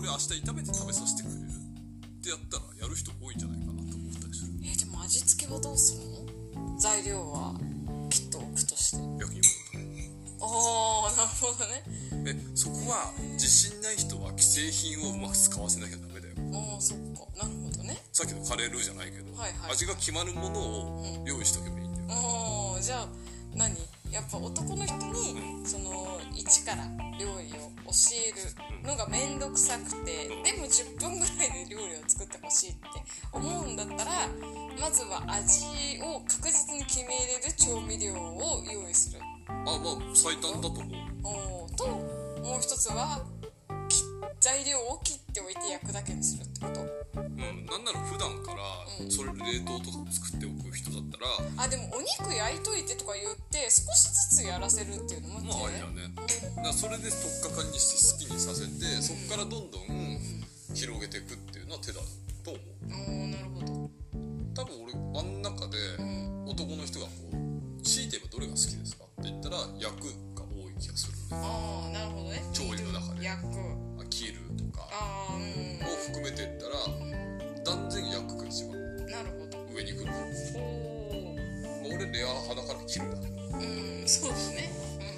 れ明日炒めて食べさせてくれるってやったらやる人多いんじゃないかなと思ったりする。 でも味付けはどうするの？材料はピッと置くとして焼き肉だとね。 ああ、なるほどね。 そこは自信ない人は既製品をうまく使わせなきゃダメだよ。 ああ、そっか、なるほどね。 さっきのカレールーじゃないけど、 はいはい、 味が決まるものを用意しとけばいいんだよ。 ああ、じゃあ何？やっぱ男の人にその一から料理を教えるのがめんどくさくて、でも10分ぐらいで料理を作ってほしいって思うんだったら、まずは味を確実に決めれる調味料を用意する。 まあ最短だと思う。 ともう一つは材料を切っておいて焼くだけにするってこと。 なんなら普段からそれ冷凍とかを作っておく人だったら、 でもお肉焼いといてとか言って少しずつやらせるっていうのもまあありだね。だからそれで取っかかりにして好きにさせて、そこからどんどん広げていくっていうのは手だと思う。 なるほど。 多分俺あん中で男の人がこう強いて言えばどれが好きですかって言ったら焼くが多い気がするね。 なるほどね。 調理の中で焼く、 切るとかを含めてったら断然焼くが一番なるほど上に来る。俺レア派だから切るだけど。 そうだね。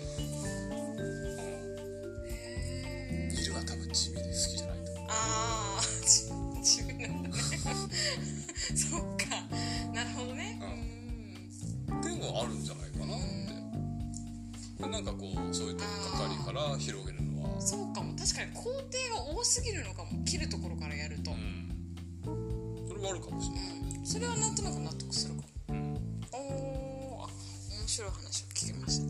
煮るは多分地味で好きじゃないと思う。 地味なんだねそっか、なるほどね。 っていうのはあるんじゃないかなって。なんかこうそういうとこかかりから広げるのはそうかも。確かに工程が多すぎるのかも、切るところからやると。 それはあるかもしれない。 それはなんとなく納得するかも。面白い話を聞きましたね。